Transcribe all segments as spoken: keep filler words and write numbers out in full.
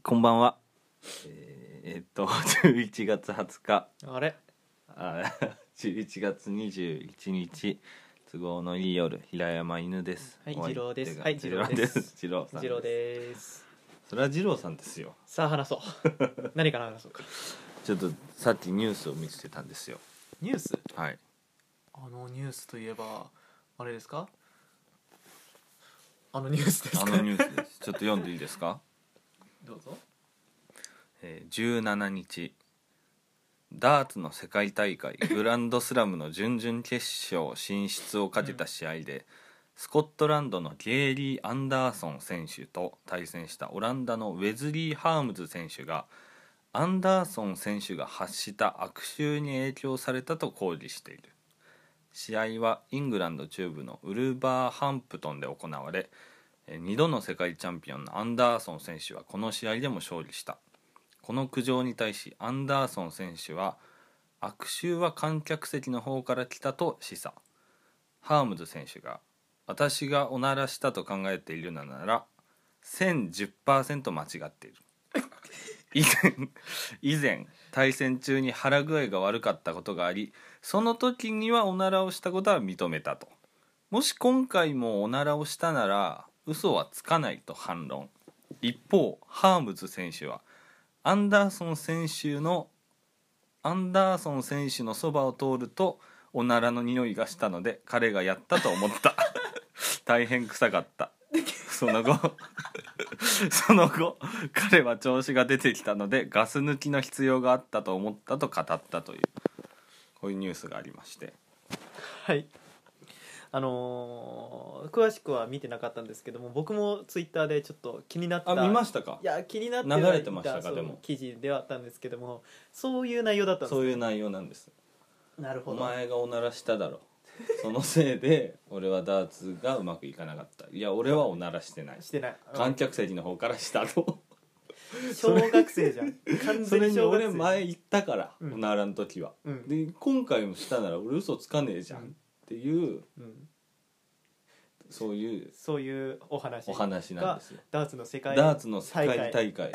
こんばんは。えー、えーっとじゅういちがつはつか、 あれあじゅういちがつにじゅういちにち、都合のいい夜、平山犬です。 はい、 お相手が次郎です。はい、次郎次郎です。次郎さん次郎ですそれは次郎さんですよ。 さあ話そう何から話そうか。 ちょっとさっきニュースを見てたんですよ。 ニュース、 はい。 あのニュースといえばあれですか、あのニュースですか。 あのニュースです。ちょっと読んでいいですか。 どうぞ。 えー、じゅうしちにち、ダーツの世界大会グランドスラムの準々決勝進出をかけた試合で、うん、スコットランドのゲイリー・アンダーソン選手と対戦したオランダのウェズリー・ハームズ選手がアンダーソン選手が発した悪臭に影響されたと抗議している。試合はイングランド中部のウルバーハンプトンで行われ、にどの世界チャンピオンのアンダーソン選手はこの試合でも勝利した。この苦情に対しアンダーソン選手は、悪臭は観客席の方から来たと示唆。ハームズ選手が、私がおならしたと考えているのなら せんじゅっパーセント 間違っている。以前以前対戦中に腹具合が悪かったことがあり、その時にはおならをしたことは認めたと。もし今回もおならをしたなら嘘はつかないと反論。一方ハームズ選手は、アンダーソン選手のアンダーソン選手のそばを通るとおならの匂いがしたので彼がやったと思った大変臭かった。その後その後彼は調子が出てきたのでガス抜きの必要があったと思ったと語ったという、こういうニュースがありまして、 はい、あのー、詳しくは見てなかったんですけども、僕もツイッターでちょっと気になった。 あ、見ましたか。 いや気になって流れてましたか。でも記事ではあったんですけども、そういう内容だったんですか。 そういう内容なんです。 なるほど。 お前がおならしただろ、そのせいで俺はダーツがうまくいかなかった。いや俺はおならしてない、 してない、 観客席の方からしたと小学生じゃん完それに全に小学生。 俺前言ったから、 うん、 おならの時は、 うん、 で今回もしたなら俺嘘つかねえじゃんっていう、うん、そういうそういうお話お話なんですよ。 ダーツの世界ダーツの世界大会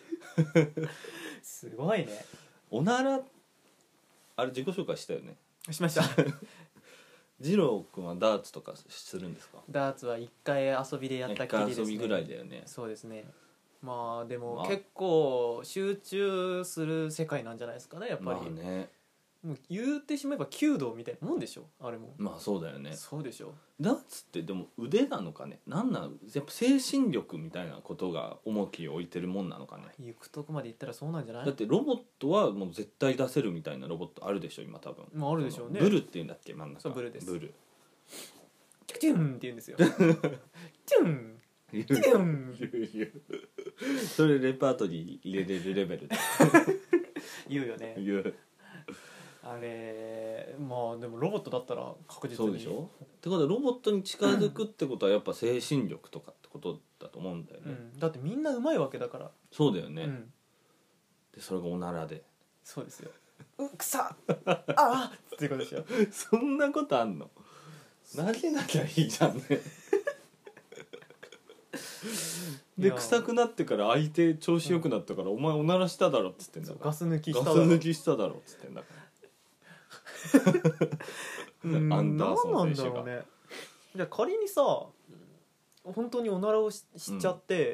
すごいね。 おならあれ自己紹介したよね。 しました二郎君はダーツとかするんですか。 ダーツは一回遊びでやったきりですね。 一回遊びぐらいだよね。 そうですね。まあでもまあ結構集中する世界なんじゃないですかね、やっぱり。 まあね、 もう言ってしまえば弓道みたいなもんでしょ、あれも。 まあそうだよね。 そうでしょ。 ダーツってでも腕なのかね、なんなの、やっぱ精神力みたいなことが重きを置いてるもんなのかね。 行くとこまで行ったらそうなんじゃない。 だってロボットはもう絶対出せるみたいなロボットあるでしょ今多分。 まああるでしょうね。 ブルっていうんだっけ、真ん中。 そうブルです。 ブルチュチュンって言うんですよチュンチュンそれレパートリー入れれるレベル言うよね。 言う。 あれまあでもロボットだったら確実にそうでしょ。ってことはロボットに近づくってことはやっぱ精神力とかってことだと思うんだよね、 うん、だってみんな上手いわけだから。 そうだよね、 うん、 でそれがおならで。 そうですよ。うくさああっていうことでしょそんなことあんの。投げなきゃいいじゃんねで臭くなってから相手調子よくなったから、うん、お前おならしただろっつってんだから。 ガス抜きしただろガス抜きしただろっつってんだからアンダーソン選手が。何なんだろうね。 じゃあ仮にさ本当におならを し, しちゃって、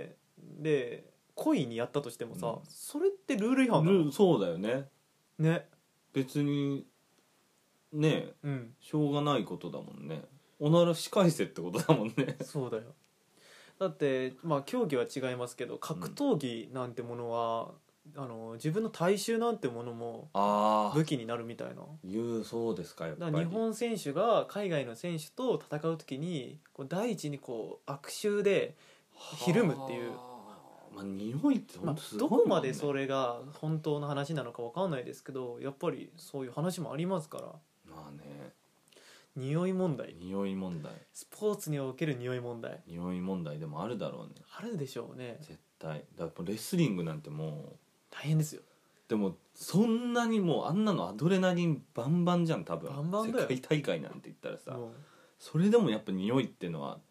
うん、で故意にやったとしてもさ、うん、それってルール違反なの。 そうだよね。 ね、 別にねえ、 うん、 しょうがないことだもんね。おならし返せってことだもんね。 そうだよ。だってまあ競技は違いますけど格闘技なんてものは、うん、あの自分の体臭なんてものも武器になるみたいな。 いうそうですか。やっぱりだから日本選手が海外の選手と戦う時にこう第一にこう悪臭でひるむっていう。 まあ、匂いって本当すごいもんね。 まあ、どこまでそれが本当の話なのか分かんないですけど、やっぱりそういう話もありますから。 まあね、 匂い問題、 匂い問題、 スポーツにおける匂い問題、 匂い問題でもあるだろうね。 あるでしょうね絶対。だからレスリングなんてもう大変ですよ。 でもそんなにもうあんなのアドレナリンバンバンじゃん多分。 バンバンだよ。 世界大会なんて言ったらさ、それでもやっぱ匂いってのは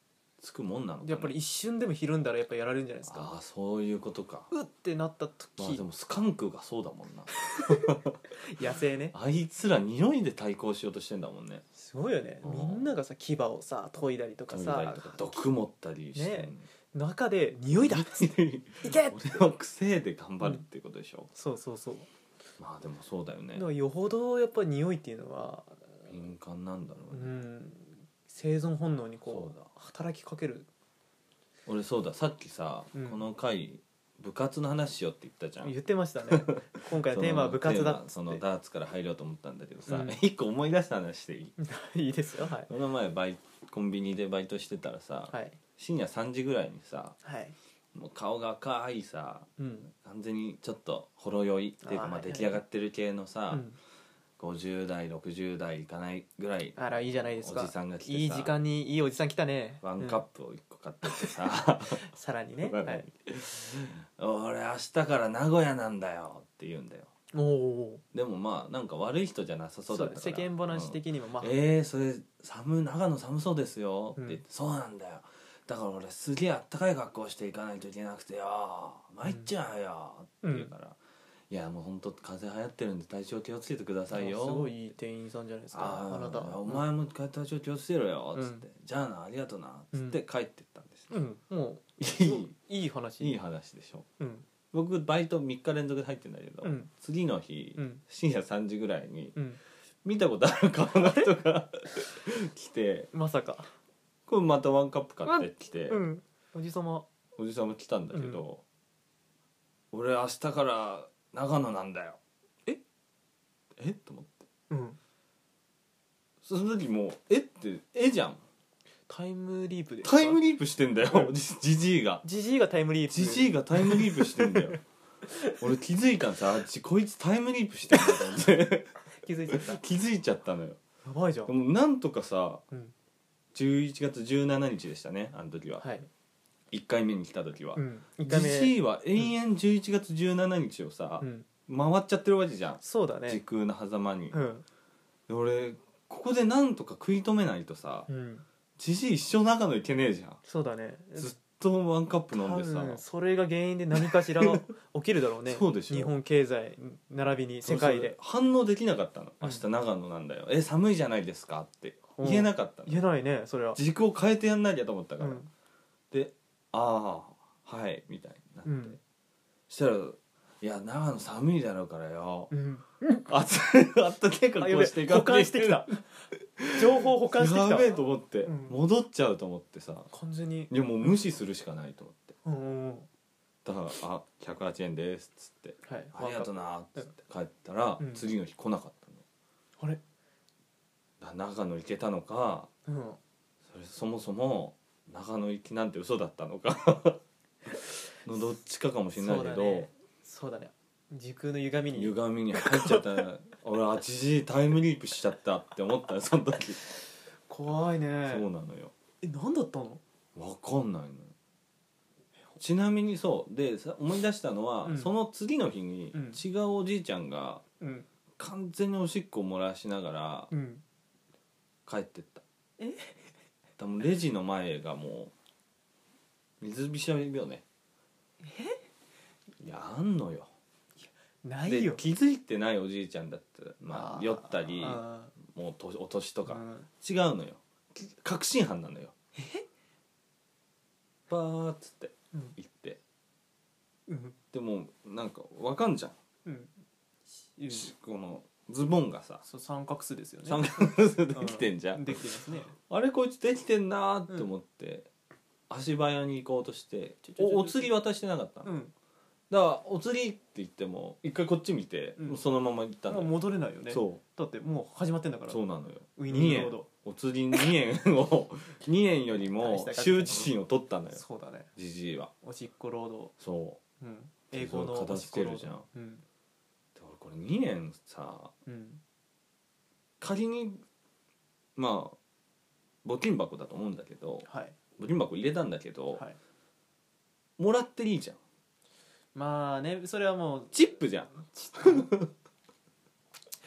つくもんなのか、ね、 やっぱり一瞬でもひるんだらやっぱやられるんじゃないですか。 ああそういうことか。 うってなった時、 まあでもスカンクがそうだもんな野生ね。 あいつら匂いで対抗しようとしてんだもんね。 すごいよね。みんながさ牙をさ研いだりとかさとか毒持ったりして、 ね、中で匂いだっつっていけ俺は癖で頑張るってことでしょ、うん、 そうそうそう。 まあでもそうだよね。 だからよほどやっぱり匂いっていうのは敏感なんだろうね、 うん、生存本能にこう働きかける。 俺そうださっきさ、うん、この回部活の話しようって言ったじゃん。 言ってましたね今回のテーマは部活だっつってそのダーツから入ろうと思ったんだけどさ、うん、一個思い出した話していいいいですよ、はい、 この前バイコンビニでバイトしてたらさ、はい、深夜さんじぐらいにさ、はい、もう顔が赤いさ、うん、完全にちょっとほろ酔いっていうかまあ出来上がってる系のさ、はいはいはい、ごじゅう代ろくじゅう代いかないぐらいあらいいじゃないですか。 おじさんが来てさ、 いい時間にいいおじさん来たね。 ワンカップをいっこ買ってってさ、 うん、さらにね、はい、 俺明日から名古屋なんだよって言うんだよ。おお。でもまあなんか悪い人じゃなさそうだったから、 世間話的にもまあ、 うん、えー、それ寒長野寒そうですよって言って、うん、そうなんだよだから俺すげえあったかい格好していかないといけなくてよ参っちゃうよって言うから、うん、いやもうほんと風邪流行ってるんで体調気をつけてくださいよ。 すごいいい店員さんじゃないですか。ああなたお前も体調気をつけろよっつって、うん、じゃあなありがとなっつって帰ってったんです、 うんうん、もういいいい話いい話でしょ、うん、僕バイトみっか連続で入ってんだけど、うん、次の日、うん、深夜さんじぐらいに、うん、見たことある顔の人が来てまさかこれまたワンカップ買ってきて、 うん、おじさまおじさま来たんだけど、うん、俺明日から長野なんだよええと思って、うん、その時もうえってえじゃんタイムリープですか。 タイムリープしてんだよジジイがジジイがタイムリープジジイがタイムリープしてんだよ俺気づいたんさこいつタイムリープしてんだと思って気づいちゃった気づいちゃったのよ。 やばいじゃん。 でもなんとかさ、うん、じゅういちがつじゅうしちにちでしたねあの時は、はい、いっかいめに来た時は、うん、ジジイは延々じゅういちがつじゅうしちにちをさ、うん、回っちゃってるわけじゃん。 そうだね時空の狭間に、うん、で俺ここでなんとか食い止めないとさ、うんジジイ一生長野行けねえじゃん。 そうだねずっとワンカップ飲んでさそれが原因で何かしら起きるだろうねそうでしょ。 日本経済並びに世界で反応できなかったの。明日長野なんだよ、うん、え寒いじゃないですかって言えなかったの。 言えないねそれは。 軸を変えてやんなきゃと思ったから、うん、でああはいみたいになって、うん、そしたらいや長野寒いだろうからよ、うん、あっあったけえ格好して保管してきた情報保管してきたやべえと思って、うん、戻っちゃうと思ってさ完全にいやもう無視するしかないと思って、 うんうんうん、 だからあひゃくはちえんですっつって、はい、ありがとなっつって帰ったら、うん、次の日来なかったの。あれだ長野行けたのか、うん、それそもそも長野行きなんて嘘だったのかのどっちかかもしれないけどそうだね時空の歪みに歪みに入っちゃったら俺はちじタイムリープしちゃったって思ったよその時。 怖いね。 そうなのよ。 え何だったの分かんないのよ。ちなみにそうで思い出したのは、うん、その次の日に違うおじいちゃんが、うん、完全におしっこを漏らしながら帰ってった、うん、え多分レジの前がもう水びしゃびよね。えやんのよ。 ないよ。 気づいてないおじいちゃんだったら、まあ、酔ったりもうとお年とか違うのよ。確信犯なのよ。えバーっつって行って、うん、でもなんかわかんじゃん、うん、このズボンがさそう三角数ですよね。 三角数できてんじゃん、 うん、できてますね。 あれこいつできてんなーって思って、うん、足早に行こうとしてお, お釣り渡してなかったの、うん、だからお釣りって言っても一回こっち見て、うん、そのまま行ったの。 もう戻れないよね。 そうだってもう始まってんだから。 そうなのよ。 ウイニングロードお釣りにえんをにえんよりも羞恥心を取ったのよ。 そうだね。 ジジイはおしっこロード。 そう、うん、 英語のおしっこロードじゃん、うん、で俺これにえんさ、うん、仮にまあ募金箱だと思うんだけど、はい、募金箱入れたんだけど、はい、もらっていいじゃん。 まあねそれはもうチップじゃん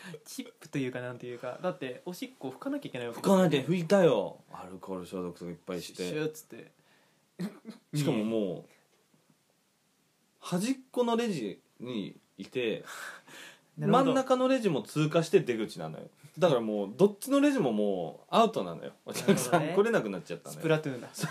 チップというかなんていうか、だっておしっこ拭かなきゃいけないわけ拭かなきゃ拭いたよ、アルコール消毒とかいっぱいしシュて、 ーッつってしかももう端っこのレジにいて真ん中のレジも通過して出口なのよ。だからもうどっちのレジももうアウトなのよ。お客さん、ね、来れなくなっちゃったのよ。 スプラトゥーンだ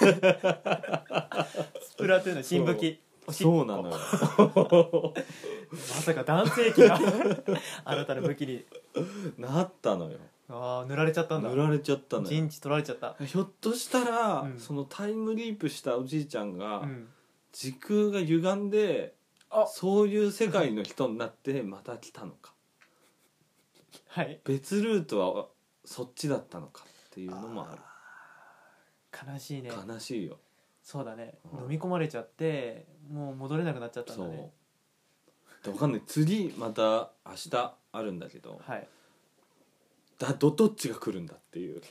スプラトゥーンの新武器、 そうなのよまさか男性器があなたの武器になったのよ。 ああ塗られちゃったんだ。 塗られちゃったのよ。 陣地取られちゃった。 ひょっとしたら、 うん、 そのタイムリープしたおじいちゃんが、 うん、 時空が歪んでそういう世界の人になってまた来たのかはい、 別ルートはそっちだったのかっていうのもある。 悲しいね。 悲しいよ。 そうだね、 うん、 飲み込まれちゃってもう戻れなくなっちゃったんだね。 そう分かんない。次また明日あるんだけど、 はい、 だ ど, どっちが来るんだっていう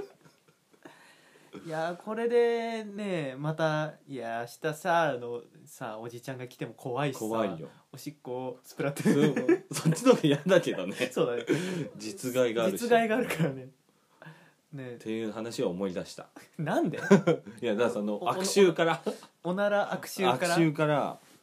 いやこれでねまたいや明日さのさおじちゃんが来ても怖いしさ、 怖いよ。 おしっこスプラトゥーンそっちの方が嫌だけどねそうだね実害があるし実害があるからねねっていう話を思い出した。 なんでいやだからその悪臭からおなら悪臭から悪臭から、 うん、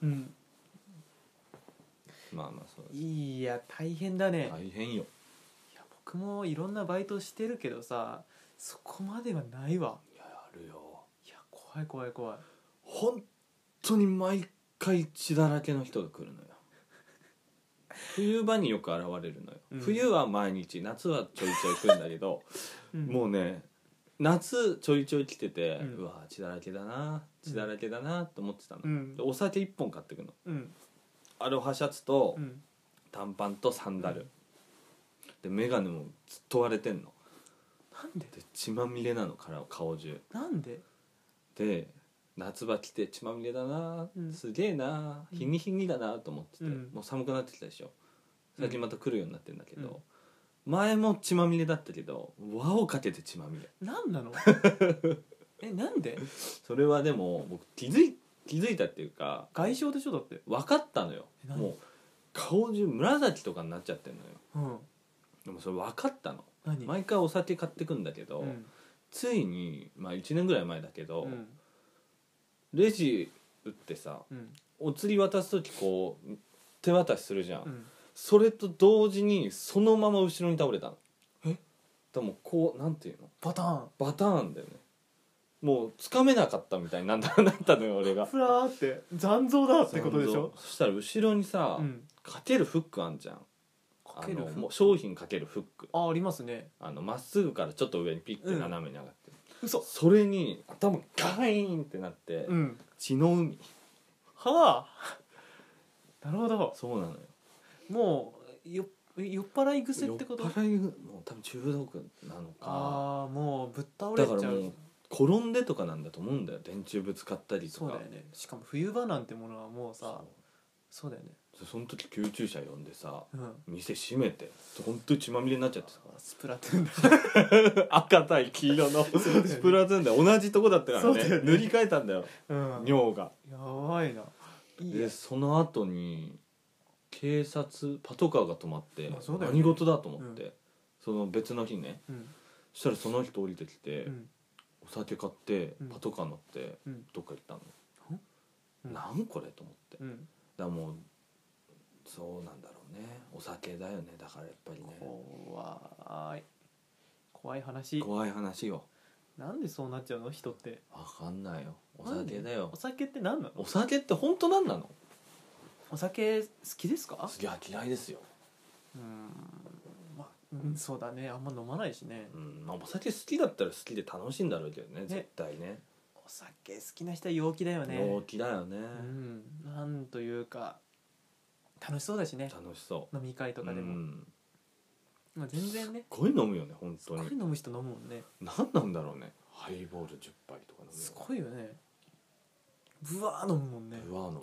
まあまあそういや大変だね。 大変よ。 いや僕もいろんなバイトしてるけどさそこまではないわ。 いやあるよ。 いや怖い怖い怖い。 本当に毎回血だらけの人が来るのよ。冬場によく現れるのよ、うん、冬は毎日、夏はちょいちょい来るんだけど、うん、もうね夏ちょいちょい来てて、うん、うわ血だらけだな血だらけだなと思ってたの、うん、お酒いっぽん買ってくの、うん、アロハシャツと、うん、短パンとサンダル、うん、で眼鏡もずっと割れてんの。 なんでで血まみれなのから顔中。 なんでで夏場来て血まみれだな、うん、すげえな、日に日にだなと思ってて、うん、もう寒くなってきたでしょ。最近また来るようになってるんだけど、うん、前も血まみれだったけど輪をかけて血まみれ。 なんなのえなんで。 それはでも僕気づい気づいたっていうか外傷でしょ。だって分かったのよ。もう顔中紫とかになっちゃってるのよ、うん、でもそれ分かったの。毎回お酒買ってくんだけど、うん、ついに、まあ、いちねんぐらい前だけど、うん、レジ打ってさ、うん、お釣り渡す時こう手渡しするじゃん、うん、それと同時にそのまま後ろに倒れたの。えでもこうなんていうのバターンバターンだよね。もうつかめなかったみたいになったのよ俺が。 ふらーって残像だってことでしょ。 そしたら後ろにさ、うん、かけるフックあんじゃん。かけるフック、もう商品かけるフックあ, ありますね。 あのまっすぐからちょっと上にピッて斜めに上がってる、 うん、嘘。 それに頭ガイーンってなって、うん、血の海。 はあなるほど。 そうなのよ。 もうよ酔っ払い癖ってこと。 酔っ払いもう多分中毒なのか。 ああもうぶっ倒れちゃう。 だからもう転んでとかなんだと思うんだよ。電柱ぶつかったりとか。 そうだよね。しかも冬場なんてものはもうさ そ, そうだよね。 その時救急車呼んでさ、うん、店閉めて本当に血まみれになっちゃってさ。 スプラトゥーンだ赤対黄色のスプラトゥーンで同じとこだったから ね, ね塗り替えたんだよ、うん、尿が。 やばいな。いいでその後に警察パトカーが止まって、まあそうだよね、何事だと思って、うん、その別の日ね、うん、そしたらその人降りてきて、うん、お酒買ってパトカー乗って、うん、どっか行ったの、うん、なんこれと思って、うん、だからもうそうなんだろうね。お酒だよね。だからやっぱりね。 怖い怖い話。 怖い話よ。 なんでそうなっちゃうの人って。 分かんないよ。お酒だよ。 お酒って何なの。 お酒って本当何なの。 お酒好きですか。 いや嫌いですよ。 うーん、まあ、うん、そうだね。あんま飲まないしね。 うん、まあ、お酒好きだったら好きで楽しいんだろうけど ね, ね絶対ね。 お酒好きな人は陽気だよね。 陽気だよね。 うん、なんというか楽しそうだしね。 楽しそう。 飲み会とかでも、うん、まあ、全然ね。 すごい飲むよね本当に。 すごい飲む人飲むもんね。 何なんだろうね。ハイボールじゅっぱいとか飲む。 すごいよね。ブワー飲むもんね。 ブワー飲む。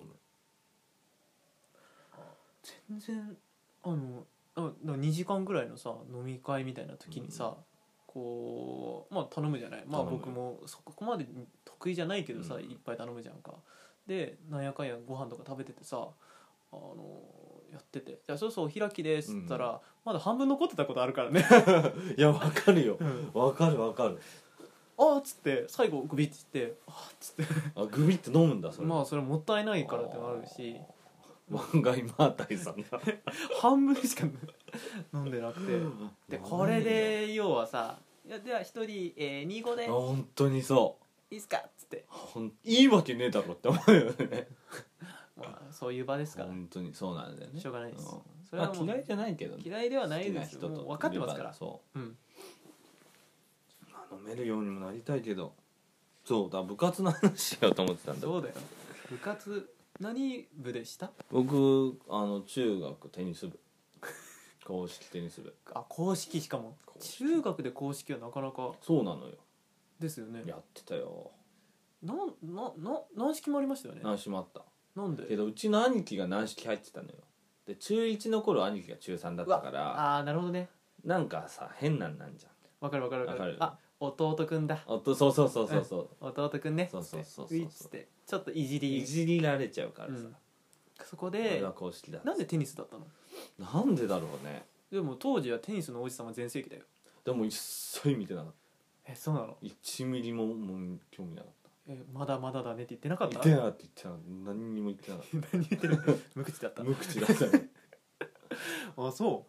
全然あのあにじかんぐらいのさ飲み会みたいな時にさ、うん、こうまあ頼むじゃない。まあ僕もそこまで得意じゃないけどさ、うん、いっぱい頼むじゃんか。でなんやかんやご飯とか食べててさ、あのやってて、じゃあそうそうお開きですっつったら、うん、まだ半分残ってたことあるからねいやわかるよ、わ、うん、かるわかる。 あっつって最後グビッて言ってあっつってあグビッて飲むんだそれ。 まあそれもったいないからってのあるし、 漫画今あたりさんだ半分しか飲んでなくてでこれで要はさ、いやでは一人、えー、にごで本当にそういいっすかっつってほんいいわけねえだろって思うよねまあそういう場ですから本当にそうなんだよね。 しょうがないです、うん、 それはもう、まあ、嫌いじゃないけど、ね、 嫌いではないですよ。もう分かってますから。 そう、うん、飲めるようにもなりたいけど、そうだ部活の話しようと思ってたんだ。 そうだよ。部活何部でした？ 僕あの中学テニス部公式テニス部。 あ公式しかも中学で公式はなかなか。 そうなのよ。 ですよね。 やってたよ。 ななな軟式もありましたよね。 軟式もあった。 なんで？ けどうちの兄貴が軟式入ってたのよ。で中いちの頃兄貴が中さんだったから。 ああなるほどね。 なんかさ変なんなんじゃん。 わかるわかるわかる。あ弟くんだ。 弟そうそうそうそうそう。 弟くんね。 そうそうそうそう。 ってちょっといじりいじりられちゃうからさ。うん、 そこでは公式だ。 なんでテニスだったの？ なんでだろうね。 でも当時はテニスの王子様全盛期だよ。 でも一切見てなかった。 えそうなの？ いちミリももう興味なかった。 えまだまだだねって言ってなかった？ 言ってなかった言ってなかった。何にも言ってなかった。 何言ってる？無口だった。 無口だったね。 あそう。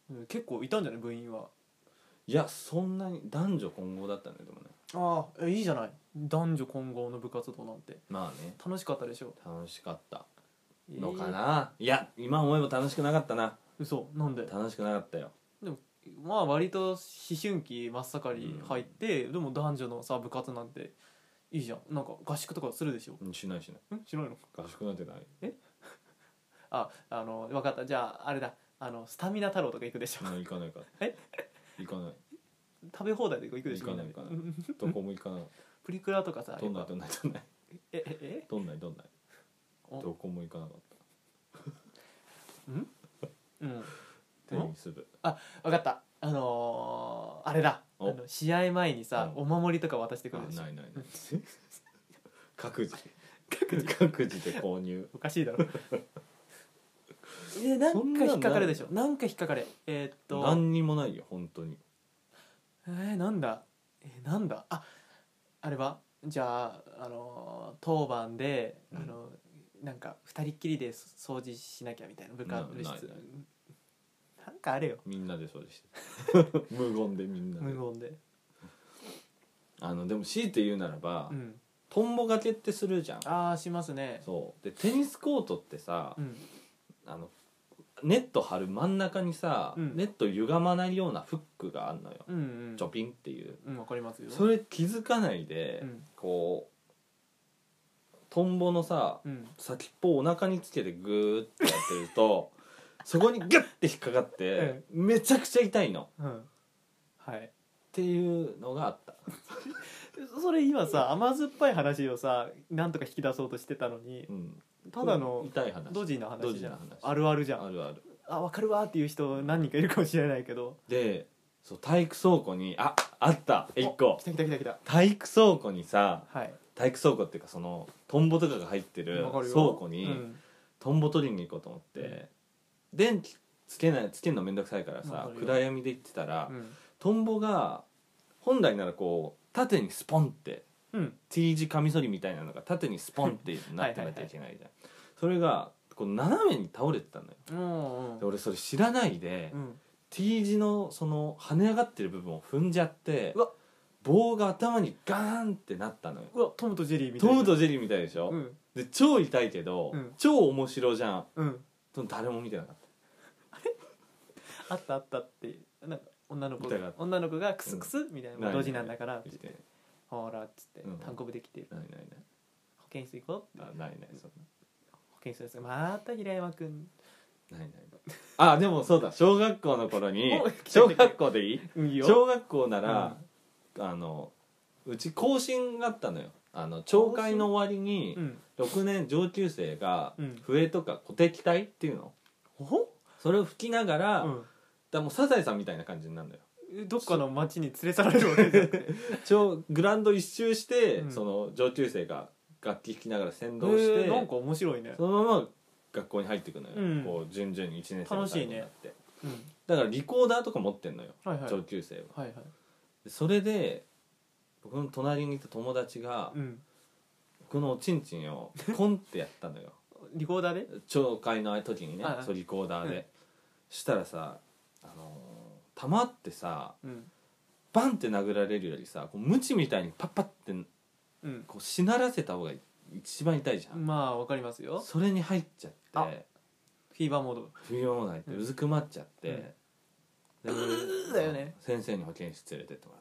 うん、結構いたんじゃない部員は。 いやそんなに男女混合だったねでもね。 ああいいじゃない男女混合の部活動なんて。 まあね楽しかったでしょ。 楽しかったのかな、えー、いや今思えば楽しくなかったな。 嘘なんで？ 楽しくなかったよ。 でもまあ割と思春期真っ盛り入って、うん、でも男女のさ部活なんていいじゃん。なんか合宿とかするでしょ。 うんしないしない。 んしないの？ 合宿なんてない。 えああの分かった。じゃああれだあのスタミナ太郎とか行くでしょ。 行かないから。 え行かない。 食べ放題で行くでしょ。 行かない行かないどこも行かない。 プリクラとかさどんないどんないどんないえええどんないどんないどこも行かなかったんうんテニス部。 あ分かった。あのー、あれだあの試合前にさ、うん、お守りとか渡してくるでしょ。 ないないない各自各自各自で購入。 おかしいだろえなんか引っかかるでしょ。なんか引っかかれえー、っと何にもないよ本当に。 えー、なんだえー、なんだああれはじゃあ、あのー、当番で、うん、あのなんか二人っきりで掃除しなきゃみたいな部下の室なんかあれよ。 みんなで掃除して無言でみんなで無言であのでも強いて言うならば、 うん、 トンボがけってするじゃん。 ああしますね。 そうでテニスコートってさ、 うん、 あのネット張る真ん中にさ、うん、ネット歪まないようなフックがあるのよ、 うんうん、 チョピンっていう、 うん、わかりますよ。 それ気づかないで、うん、こうトンボのさ、うん、先っぽをお腹につけてグーってやってるとそこにギュッて引っかかって、うん、めちゃくちゃ痛いの、うん、はいっていうのがあったそれ今さ甘酸っぱい話をさなんとか引き出そうとしてたのに、うん、ただの痛い話ドジな話じゃん。あるあるじゃん。 あるある。 あ分かるわっていう人何人かいるかもしれないけど。 でそう体育倉庫にああったいっこ。 来た来た来た来た。 体育倉庫にさ、 はい、 体育倉庫っていうかそのトンボとかが入ってる倉庫に、うん、トンボ取りに行こうと思って、うん、電気つけないつけるのめんどくさいからさ暗闇で行ってたら、うん、トンボが本来ならこう縦にスポンって、うん、T 字カミソリみたいなのが縦にスポンってなってなきゃいけないじゃんはいはい、はい、それがこう斜めに倒れてたのよ、うんうん、で俺それ知らないで、うん、T 字のその跳ね上がってる部分を踏んじゃって棒が頭にガーンってなったのよ。 うわトムとジェリーみたいな。 トムとジェリーみたいでしょ、うん、で超痛いけど、うん、超面白じゃん、うん、誰も見てなかったあれあったあったってなんか女の子が女の子がクスクス、うん、みたいなドジなんだからって言ってほらっつって、うん、単行部できてないないない保健室行こうって。 あないないそんな保健室です。また平山くんないないあでもそうだ小学校の頃に小学校でいい、いいよ小学校なら、うん、あのうち更新があったのよ。あの懲戒の終わりにろくねん上級生が笛とか鼓笛隊っていうの、うん、それを吹きながら、うん、だもうサザエさんみたいな感じになるのよ。 どっかの町に連れ去られるわけじゃなくてグラウンド一周して、うん、その上級生が楽器弾きながら先導して、 なんか面白いね。 そのまま学校に入っていくのよ、 うんこう順々にいちねん生の最後になって、 うんだからリコーダーとか持ってんのよ、 はいはい上級生は。 はいはいでそれで僕の隣にいた友達が、 うん僕のおちんちんをコンってやったのよリコーダーで懲戒の時にね、 はいはいそうリコーダーで、 うんしたらさ、あのー、弾ってさうんバンって殴られるよりさ、こうムチみたいにパッパッってうんこうしならせた方が一番痛いじゃん、 まあわかりますよ。 それに入っちゃあってフィーバーモード不要もないってうずくまっちゃって、でだよね先生に保健室連れてってもらった。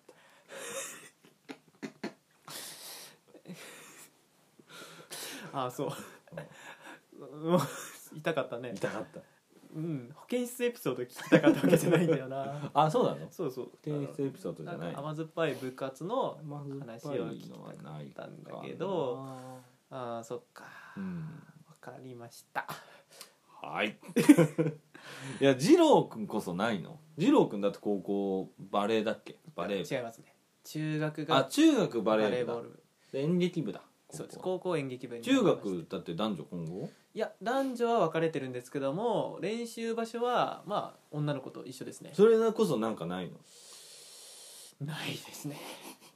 ああそううん痛かったね。 痛かったうん保健室エピソード聞きたかったわけじゃないんだよなあ、そうなの？ そうそう保健室エピソードじゃないんか甘酸っぱい部活の甘酸っぱい話を聞きのはないたんだけど、ああそっかうんわかりました。 はいいや二郎くんこそないの？二郎くんだって高校バレエだっけ？バレー部違いますね。中学あが中学バレー部だバレーボール部。 で演劇部だ。 そうです。 高校高校演劇部に中学だって男女混合？ いや男女は分かれてるんですけども練習場所はまあ女の子と一緒ですね。 それこそなんかないの？ ないですね。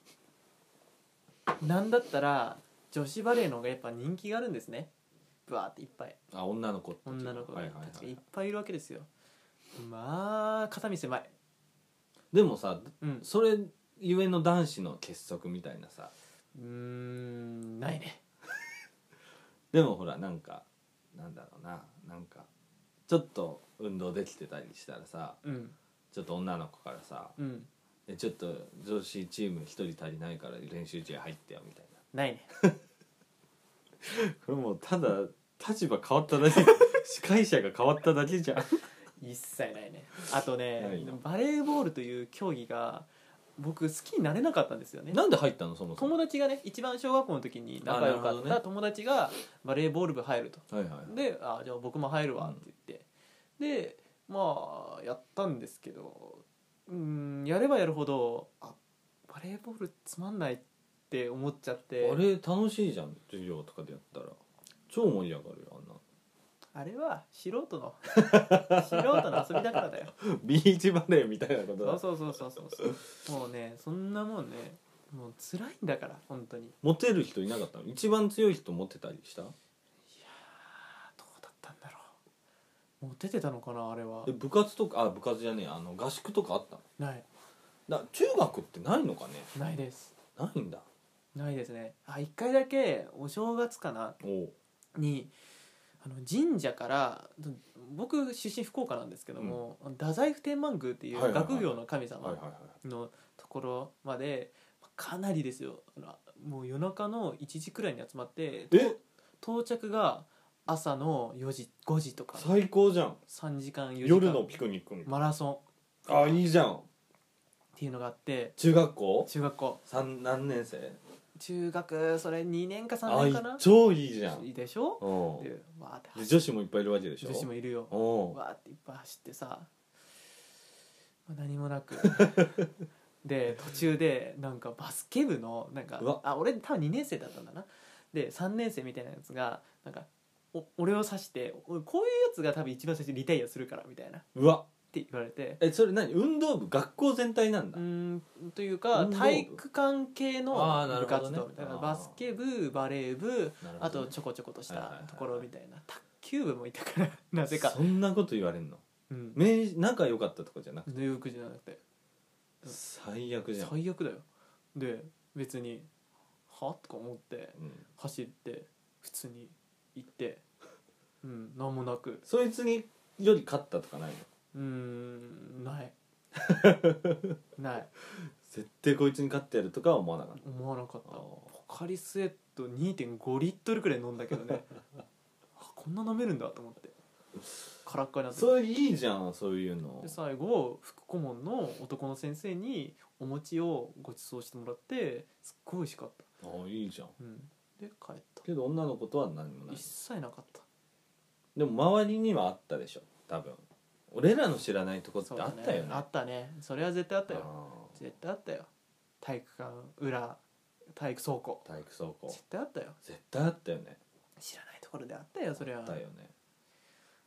なんだったら女子バレーの方がやっぱ人気があるんですね。ブワーっていっぱいあ、女の子たち女の子たはいはいはいちがいっぱいいるわけですよ。まあ肩身狭い。 でもさうんそれゆえの男子の結束みたいなさ、 うーんないね。 でもほらなんかなんだろうな、なんかちょっと運動できてたりしたらさ、 うんちょっと女の子からさ、 うんえちょっと女子チーム一人足りないから練習試合入ってよみたいないね。 な。これもうただ立場変わっただけ司会者が変わっただけじゃん。 一切ないね。あとなねいのバレーボールという競技が僕好きになれなかったんですよね。 なんで入ったのそもそも？ 友達がね一番小学校の時に仲良かあなるほどねった友達がバレーボール部入ると。 はいはいはい。 であじゃあ僕も入るわって言って、でまあやったんですけどうんやればやるほどあバレーボールつまんないって思っちゃってあれ楽しいじゃん、授業とかでやったら超盛り上がるよあんな。 あれは素人の素人の遊びだからだよ。 ビーチバレーみたいなことだ。 そうそうそうそうそうもうねそんなもんねもう辛いんだから本当に。いやモテる人いなかったの？一番強い人モテたりした？ ーどうだったんだろう。もう出てたのかなあれは。 え部活とかあ部活じゃねえあの合宿とかあったの？ ないだ中学ってないのかね？ ないですないんだ。 ないですね。あ一回だけお正月かなおうにあの神社から僕出身福岡なんですけども、太宰府天満宮っていはいはいはいう学業の神様はいはいはいのところまでかなりですよあのもう夜中のいちじくらいに集まってえ到着が朝のよじごじとか最高じゃん。 さんじかんよじかん夜のピクニックみたいマラソンな。あいいじゃん。 っていうのがあって中学校中学校三何年生？ 中学それにねんかさんあいねんかな超いいじゃん。 いいでしょおうでわーってで走女子もいっぱいいるわけでしょ？ 女子もいるよおうわーっていっぱい走ってさ、まあ何もなくで途中でなんかバスケ部のなんかうわあ俺多分にねん生だったんだな。でさんねん生みたいなやつがなんかお俺を指しておこういうやつが多分一番最初にリタイアするからみたいなっうわて言われてえそれ何運動部学校全体なんだうー。んというか運動部体育関係のあーなる部ほどね活動だからバスケ部バレー部なるほどねあとちょこちょことしたはいはいはいはいところみたいな卓球部もいたからなぜかそんなこと言われんの？ うんめ仲良かったとかじゃなくて入浴時じゃなくて最悪じゃん。 最悪だよ。で別にはとか思ってうん走って普通に行ってうん何もなくそいつにより勝ったとかないの？ うーんないない絶対こいつに勝ってやるとかは思わなかった。 思わなかった。 あーポカリスエット にてんご リットルくらい飲んだけどねあこんな飲めるんだと思ってカラッカラになってそれいいじゃんそういうので。最後副顧問の男の先生にお餅をご馳走してもらってすっごい美味しかったあいいじゃん。 うんで帰ったけど女の子とは何もない一。切なかったでも周りにはあったでしょ多分。俺らの知らないとこってあったよね。 あったねそれは絶対あったよあー絶対あったよ体育館裏体育倉庫体育倉庫絶対あったよ絶対あったよね。 知らないところであったよそれはあったよね。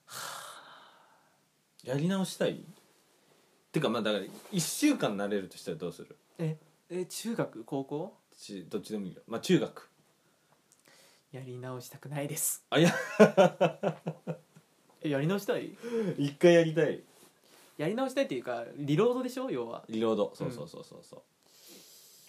やり直したいてかまあだからいっしゅうかん慣れるとしたらどうする？ ええ中学高校ちどっちでもいいよ。まあ中学。 やり直したくないです。 あいやえやり直したい一回やりたい。 やり直したいっていうかリロードでしょ要は。 リロード。そうそうそうそうそう、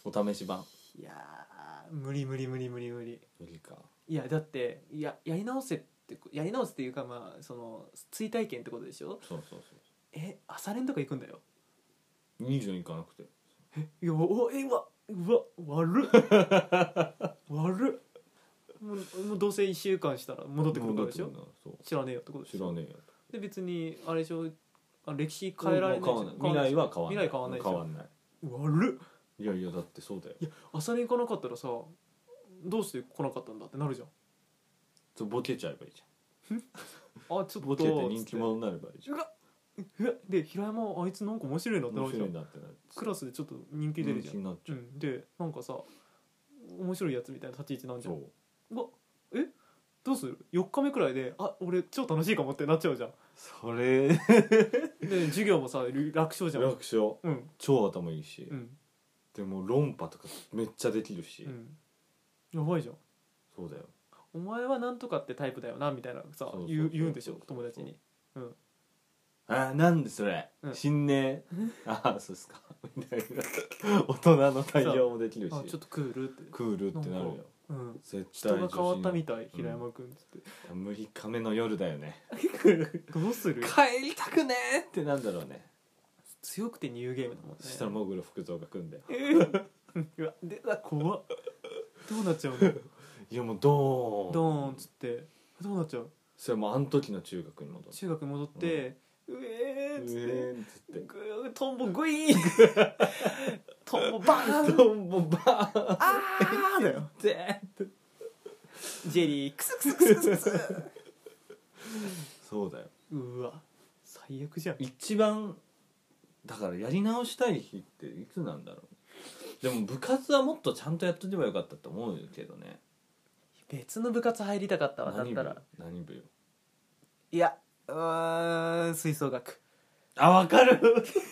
お試し版。 いやー無理無理無理無理無理。 無理か。 いやだってややり直せってやり直すっていうかまあその追体験ってことでしょ。 そうそうそえ朝練とか行くんだよ。 う。いいじゃん行かなくて。 いやおえうわうわ悪っ悪っもうもうどうせいっしゅうかんしたら戻ってくるからでしょ。 戻ってくるな。そう知らねえよってことでしょ。 知らねえよ。 で別にあれでしょあ歴史変えられない変わんない。未来は変わんない。 未来変わんないでしょ変わんない。 悪っ。 いやいやだってそうだよ。 いや朝練行かなかったらさどうして来なかったんだってなるじゃん。 そうボケちゃえばいいじあちょっとゃん。ボケて人気者になればいいじゃん。 うわうわで平山あいつなんか面白いなってな面るじゃん。 白いなってなる。 クラスでちょっと人気出るじゃん。 人気になっちゃう。 うん、でなんかさ面白いやつみたいな立ち位置なんじゃん。 そううわえどうするよっかめくらいであ俺超楽しいかもってなっちゃうじゃん。 それで授業もさ楽勝じゃん。 楽勝。 うん超頭いいし、 うんでも論破とかめっちゃできるし、 うんやばいじゃん。 そうだよ。 お前はなんとかってタイプだよなみたいなさそうそうそう言う言うんでしょ友達に。うんあなんでそれ、 うん死んねえあそうっすかみたいな大人の対応もできるし、 あちょっとクールって。 クールってなるよ。 うん絶対人が変わったみたたい平山君っつって、 むいかめの夜だよねどうする帰りたくねえってなんだろうね。 強くてニューゲームだもんね。 そしたらモグロ福蔵が来んだよ。 うわでうわ怖っどうなっちゃうのいやもうドーンドーンっつってどうなっちゃう。 それもうあの時の中学に戻る。 中学に戻って、うえーっつってうえーんっつってグートンボグイーントンボバーンドンボバーンあーだよでジェリークスクスクスクスクスそうだよ。 うわ最悪じゃん。 一番だからやり直したい日っていつなんだろう。でも部活はもっとちゃんとやっとけばよかったと思うけどね。 別の部活入りたかったわだっ何部たら。 何部よ。 いやうーん吹奏楽あわかる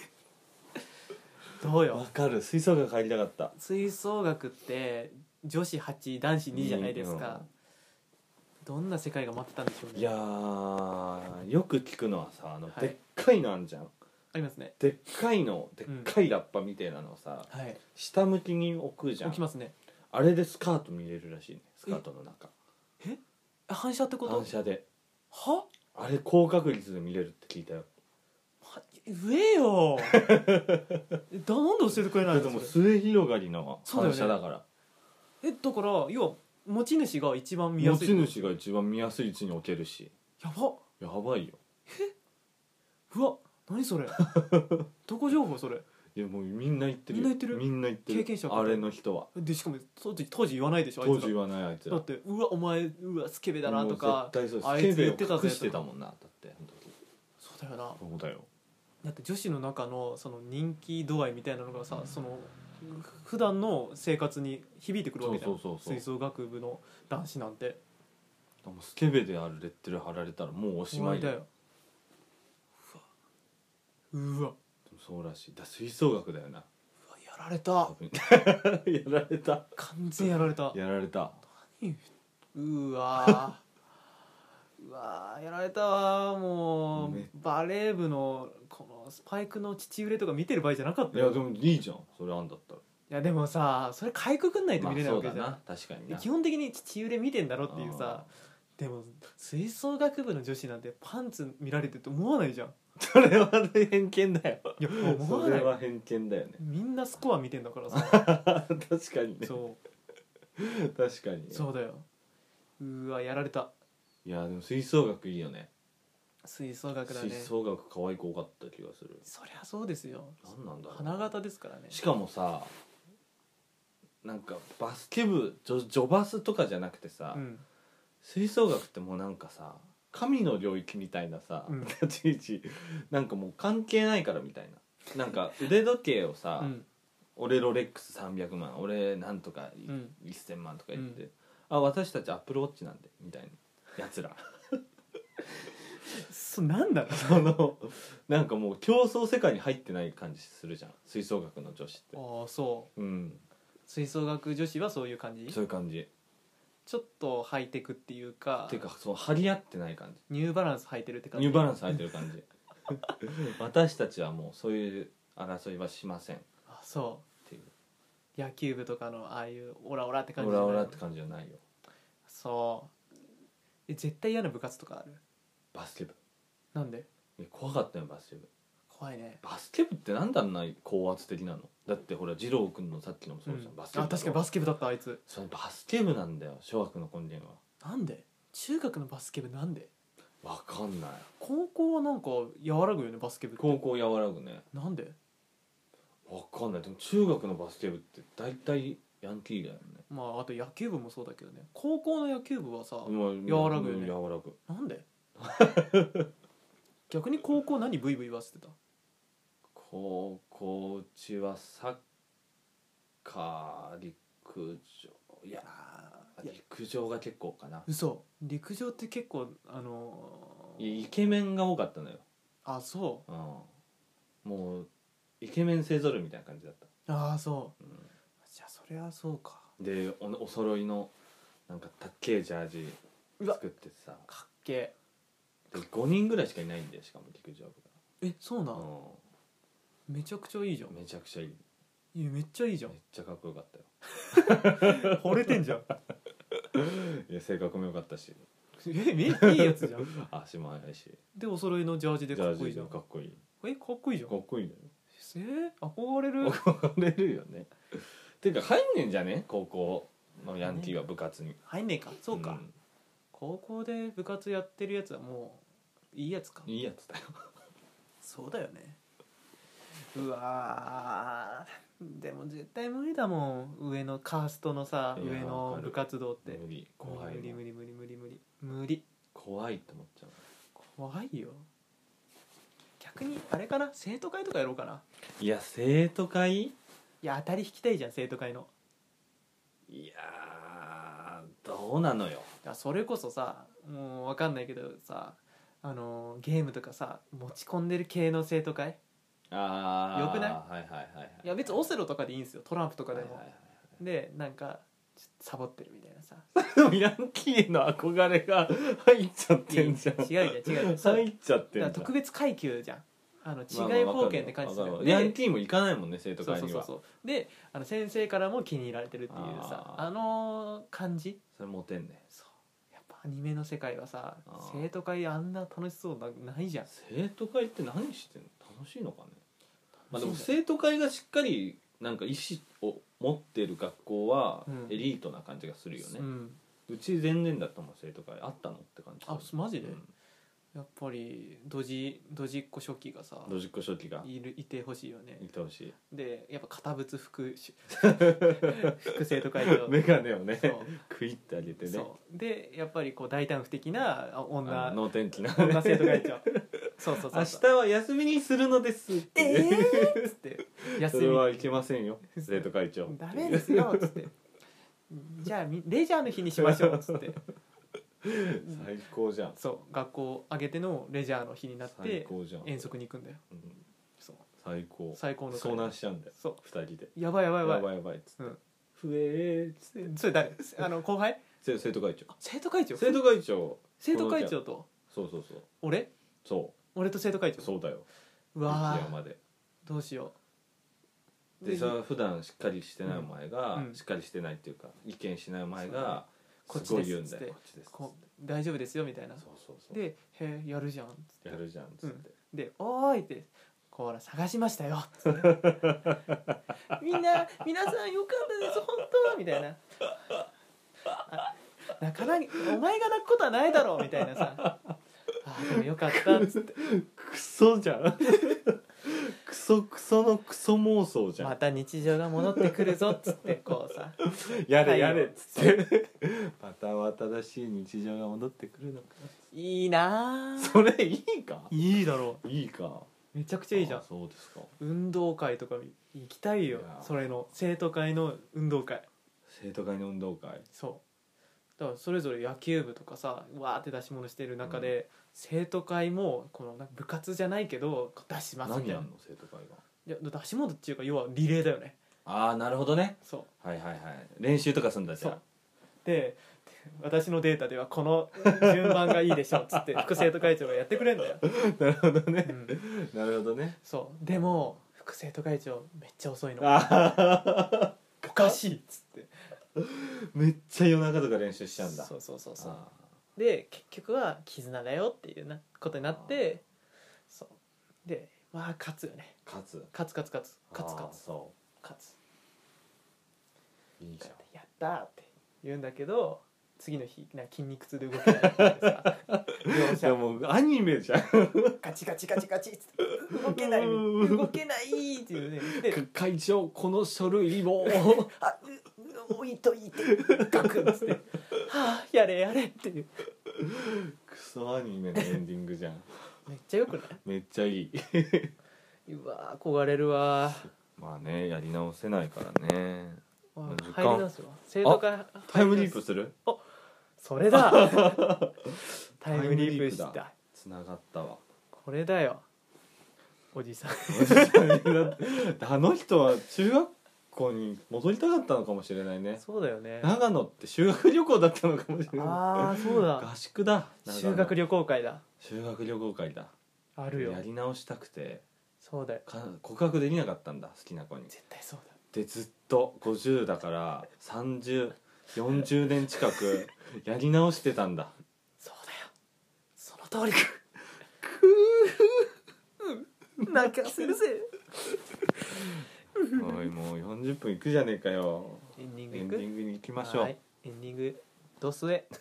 わどうよ。 かる。吹奏楽入りたかった。 吹奏楽って女子はち男子にじゃないですか、どんな世界が待ってたんでしょうね。 いやーよく聞くのはさあの、 はいでっかいのあんじゃん。 ありますね。 でっかいのでっかいラッパみたいなのをさ、 はい下向きに置くじゃん。 起きますね。 あれでスカート見れるらしいね。スカートの中あ反射ってこと反射で。 はあれ高確率で見れるって聞いたよ。 は言えよえだなんで教えてくれないのでもそれ末広がりの反射だから。 えだから要は持ち主が一番見や持すいち主が一番見やすい位置に置けるし。 やばやばいよ。 うわ何それどこ情報それいやもうみんな言ってるよ。 みんな言ってるみんな言ってる。 経験者あれの人はでしかも当時当時言わないでしょあいつら当時言わないあいつら。 だってうわお前うわスケベだなとかもう絶対そうあいつスケベを言ってたぜ隠してたもんな。だってあの時。 そうだよな。 そうだよ。 だって女子の中のその人気度合いみたいなのがさその普段の生活に響いてくるわけじゃん。 そうそうそうそう吹奏楽部の男子なんてでもスケベであるレッテル貼られたらもうおしまいだよ。 終わりだよ。うわうわそうらしい。だ吹奏楽だよな。 やられた多分やられた。 完全やられたやられた。 うわーうわーやられたわもうめバレー部のこのスパイクの父売れとか見てる場合じゃなかったよ。 いやでもいいじゃんそれあんだったら。 いやでもさそれかいくぐんないと見れないわけじゃん、 まあそうだな確かにな。 基本的に父売れ見てんだろっていうあさでも吹奏楽部の女子なんてパンツ見られてると思わないじゃん。 それは偏見だよ。 いや思そわないれは偏見だよね。 みんなスコア見てんだからさ確かにね。 そ確かにね。 うそうだよ。うわやられた。 いやでも吹奏楽いいよね。 吹奏楽だね。 吹奏楽可愛く多かった気がする。 そりゃそうですよ。 なんなんだろう。 花形ですからね。 しかもさなんかバスケ部ジョ、ジョバスとかじゃなくてさ、 うん吹奏楽ってもうなんかさ神の領域みたいなさ、 うん立ち位置なんかもう関係ないからみたいな。なんか腕時計をさ、 うん俺ロレックスさんびゃくまん俺なんとかうんせんまんとか言って、あ私たちアップルウォッチなんでみたいなやつらそなんだろそのなんかもう競争世界に入ってない感じするじゃん吹奏楽の女子ってう。ああそううん吹奏楽女子はそういう感じ。 そういう感じちょっとハイテクっていうかていうかそう張り合ってない感じニューバランス履いてるって感じ。 ニューバランス履いてる感じ私たちはもうそういう争いはしませんっあそうていう野球部とかのああいうオラオラって感じオじゃないの。 ラオラって感じじゃないよ。 そうえ絶対嫌な部活とかある。 バスケ部なんで。 いや怖かったよバスケ部。 怖いね。 バスケ部ってなんであんな高圧的なの。だってほら二郎君のさっきのもそうじゃん、 うんバスケ部あ確かにバスケ部だったあいつ。 それバスケ部なんだよ小学の根源は。 なんで中学のバスケ部なんで。 わかんない。 高校はなんか和らぐよねバスケ部って。 高校和らぐね。 なんで。 わかんない。でも中学のバスケ部って大体ヤンキーだよね。 まああと野球部もそうだけどね。高校の野球部はさ、 まあ和らぐよね和らぐ。 なんで逆に高校何ブイブイ言わせてた。 高校うちはサッカー陸上いやいや陸上が結構かな。 嘘陸上って結構あのー、 いやイケメンが多かったのよ。 あそうんもうイケメン勢ぞろいみたいな感じだった。 うああそううじゃあそれはそうか。 ん、で お, お揃いのなんかたっけえジャージうわ作ってさかっけでごにんぐらいしかいないんだよしかも陸上部ええそうなん、 が、 めちゃくちゃいいじゃんうん、めちゃくちゃいい。 いやめっちゃいいじゃんめっちゃかっこよかったよ惚れてんじゃんいや性格も良かったしえめっちゃいいやつじゃん足も速いしでお揃いのジャージでジャージかっこいいじゃんかっこいい。 えかっこいいじゃんかっこいいのよ。 えー、憧れる憧れるよね。ていうか入んねんじゃね高校のヤンキーは部活に。 入んねえかそうか、 ん高校で部活やってるやつはもういいやつか。 いいやつだよ。 そうだよね。うわーでも絶対無理だもん上のカーストのさいや上の部活動って無理怖い無理もん無理無理無理無理無理怖いって思っちゃう。 怖いよ。逆にあれかな生徒会とかやろうかな。 いや生徒会いや当たり引きたいじゃん生徒会の。 いやーどうなのよ。 いやそれこそさもう分かんないけどさあのゲームとかさ持ち込んでる系の生徒会。 ああよくないはいはいはいはい。 いや別にオセロとかでいいんですよトランプとかでも、 はいはいはいでなんかちょっとサボってるみたいなさでもヤンキーの憧れが入っちゃってんじゃん。 違うじゃん違うそう入っちゃってんじゃん。 だから特別階級じゃんあのまあまあ違い貢献って感じするわかるわでヤンキーも行かないもんね生徒そう会には。 そうそうそうであの先生からも気に入られてるっていうさあーあの感じ。 それモテんね。 そうやっぱアニメの世界はさあー生徒会あんな楽しそうなないじゃん。 生徒会って何してんの楽しいのかね。まあでも楽しいんだよ生徒会がしっかりなんか意思を持ってる学校はうんエリートな感じがするよね、 ううんち全然だったもん生徒会あったのって感じ。 あマジで、 うんやっぱりドジドジっ子初期がさドジっ子初期がいるいてほしいよねい。てほしい。 でやっぱ堅物副し副生徒会長メガネをねそうクイッてあげてね。 そうでやっぱりこう大胆不敵なああ女の能天気な女生徒会長そうそうそう明そう日は休みにするのですってえーっつって休みそれはいけませんよ生徒会長。 ダメですよっつってじゃあみレジャーの日にしましょうっつって最高じゃん。 そう学校挙げてのレジャーの日になっ最て高じゃん。 遠足に行くんだよ。 うんそう最高。 最高の遭難しちゃうんだよそう二人で。 やばいやばいやばいやばいやばいっつって、 うんふえーっつってそれ誰あの後輩せ生徒会長あ生徒会長生徒会長生徒会長とそうそうそう俺そ俺と生徒会長うそうだよ。 うわー雪山でどうしようでさ普段しっかりしてないお前が、 うんしっかりしてないっていうか意見しないお前そうだねがこっちすごいですっつって言うんだよこっちですこう大丈夫ですよみたいなそうそうそうで「へえやるじゃん」つってやるじゃんっつって、 で「おーい」って「ほら探しましたよ」つってみんな皆さんよかったです本当みたいなあ泣かないお前が泣くことはないだろうみたいなさあでもよかったっつってクソじゃんクソクソのクソ妄想じゃん、 また日常が戻ってくるぞっつってこうさやれやれっつってまた新しい日常が戻ってくるのか。 いいなあそれいいかいいだろいいかうめちゃくちゃいいじゃんあ。そうですか。 運動会とか行きたいよいやそれの生徒会の運動会生徒会の運動会そだからそれぞれ野球部とかさわーって出し物してる中で、うん、生徒会もこのなんか部活じゃないけど出しますみたいな。 何やんの生徒会が。 いや出し物っていうか要はリレーだよね。 ああなるほどね。 そうはいはいはい。練習とかすんだじゃあ。 で私のデータではこの順番がいいでしょっつって副生徒会長がやってくれんだよなるほどね、うん、なるほどね。 そうでも副生徒会長めっちゃ遅いの。 あおかしいっつってめっちゃ夜中とか練習しちゃうんだ。 そうそうそうそうで結局は絆だよっていうなことになってそうでまあ勝つよね。 勝つ勝つ勝つ勝つ勝つ勝つそう勝ついいじゃんやったーって言うんだけど次の日なんか筋肉痛で動けないってさ両者でもアニメじゃんガチガチガチガチって動けない動けないっていうねで会長この書類をあ置いといてガクッつってはあやれやれっていうクソアニメのエンディングじゃんめっちゃよくないめっちゃいい。 うわ憧れるわ。 まあねやり直せないからね。 入り直すわ。生徒会タイムリープする。 あそれだタイムリープしたつながったわ。 これだよおじさんあの人は中学校に戻りたかったのかもしれないね。 そうだよね。 長野って修学旅行だったのかもしれない。 ああそうだ合宿だ。 修学旅行会だ。 修学旅行会だ。 あるよ。 やり直したくてそうだよ。 告白できなかったんだ好きな子に。 絶対そうだ。 でずっとごじゅうだからさんじゅう、よんじゅうねん近くやり直してたんだ。 そうだよその通りくく泣かせるぜおいもうよんじゅっぷんいくじゃねえかよ。 エンディングエンディングに行きましょう。 はいエンディングドスエ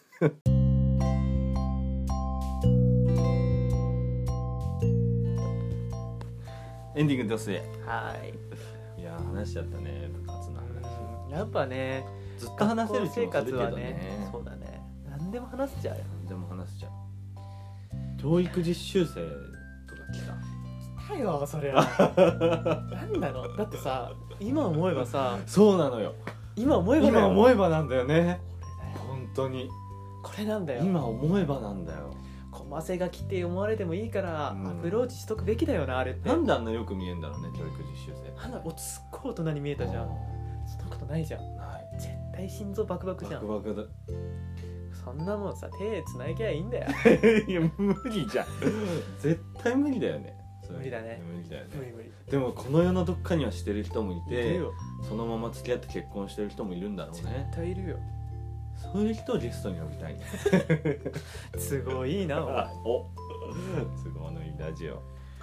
エンディングドスエ。 はいいや話しちゃったね部活の話。 やっぱねずっと話せる気もするけどね。 学校生活はねそうだね何でも話せちゃうよ。 何でも話せちゃう。教育実習生とか来た。 来たよそれは何なのだってさ今思えばさそうなのよ今思えば今思えばなんだよね。 これだよ本当にこれなんだよ。 今思えばなんだよ。 コマセが来て思われてもいいから、 うん、 アプローチしとくべきだよなあれって。 なんであんなよく見えんだろうね教育実習生。 あんなおすっごい大人に見えたじゃん。そんなことないじゃん。 ない絶対心臓バクバクじゃん。 バクバクだ。 そんなもんさ手つないきゃいいんだよいや無理じゃん絶対無理だよね。 無理だね無理だよね。 無理無理。 でもこの世のどっかにはしてる人もいているよそのまま付き合って結婚してる人もいるんだろうね。 絶対いるよ。 そういう人をゲストに呼びたいね都合いいなお前お都合のいいラジオ。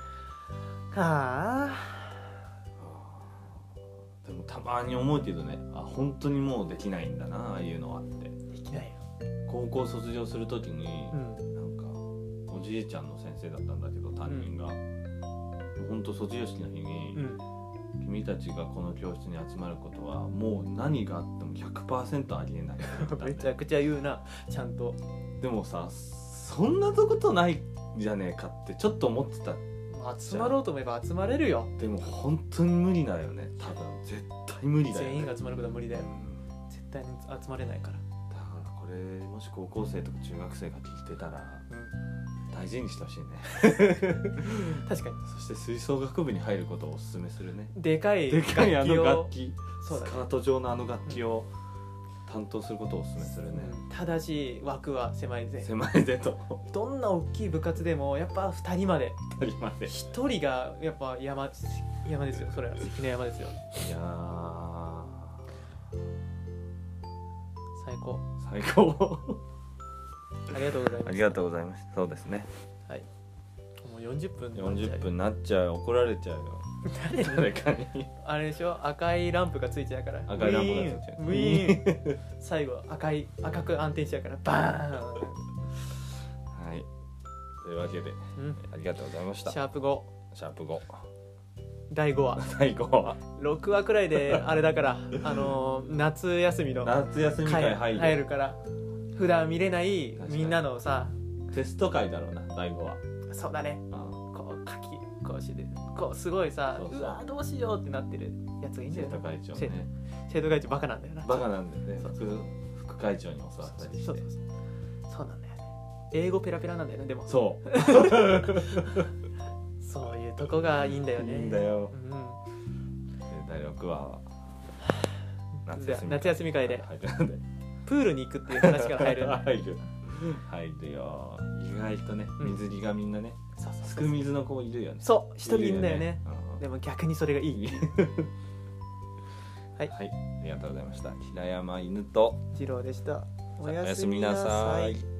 はあでもたまに思うけどねあ本当にもうできないんだなああいうのはって。 できないよ。 高校卒業するときに、 うん、 なんかおじいちゃんの先生だったんだけど担任が、うん、本当卒業式の日に、うん君たちがこの教室に集まることはもう何があっても ひゃくパーセント ありえないめちゃくちゃ言うなちゃんと。 でもさそんなことないじゃねえかってちょっと思ってた。 集まろうと思えば集まれるよ。 でも本当に無理だよね多分絶対無理だよね。 全員が集まることは無理だよ、うん、絶対に集まれないから。 だからこれもし高校生とか中学生が聞いてたら、うん、大事にしてほしいね確かに。 そして吹奏楽部に入ることをおすすめするね。 でかいでかいあの楽器そうだ、ね、 スカート状のあの楽器を担当することをおすすめするね、 うん、ただし枠は狭いぜ狭いぜとどんな大きい部活でもやっぱふたりまでふたりまでひとりがやっぱ山山ですよ。それは関の山ですよ。 いやー最高最高ありがとうございます。 ありがとうございます。そうですね。 はい。もうよんじゅっぷんよんじゅっぷんなっちゃう。怒られちゃうよ。 誰誰かに。 あれでしょ赤いランプがついちゃうから。 赤いランプがついちゃう。 ウィーン最後赤い赤く安定しちゃうからバーン。 はい。というわけで、うん、ありがとうございました。 シャープご。 シャープご。 だいごわ。 だいごわ。 ろくわくらいであれだからあのー、夏休みの夏休み会入る。 入るから普段見れないみんなのさテスト会だろうなだいごわ。 そうだね。こう書きこうしてこうすごいさ う, うわどうしようってなってるやつがいいんだよ。 生徒会長ね。 生徒会長バカなんだよな。 バカなんだよね。副副会長に教わったりしてそうそうそうそうなんだよね。英語ペラペラなんだよねでもそうそういうとこがいいんだよね。 いいんだよ、 うん、 でだいろくわは夏休み夏休み会で入るのでプールに行くっていう話から入る入る入るよ。意外とね水着がみんなね、 そうそうすく水の子いるよね。 そう一人いるんだよね。 うんでも逆にそれがいいはい、 はい、ありがとうございました。平山犬と次郎でした。 おやすみなさい。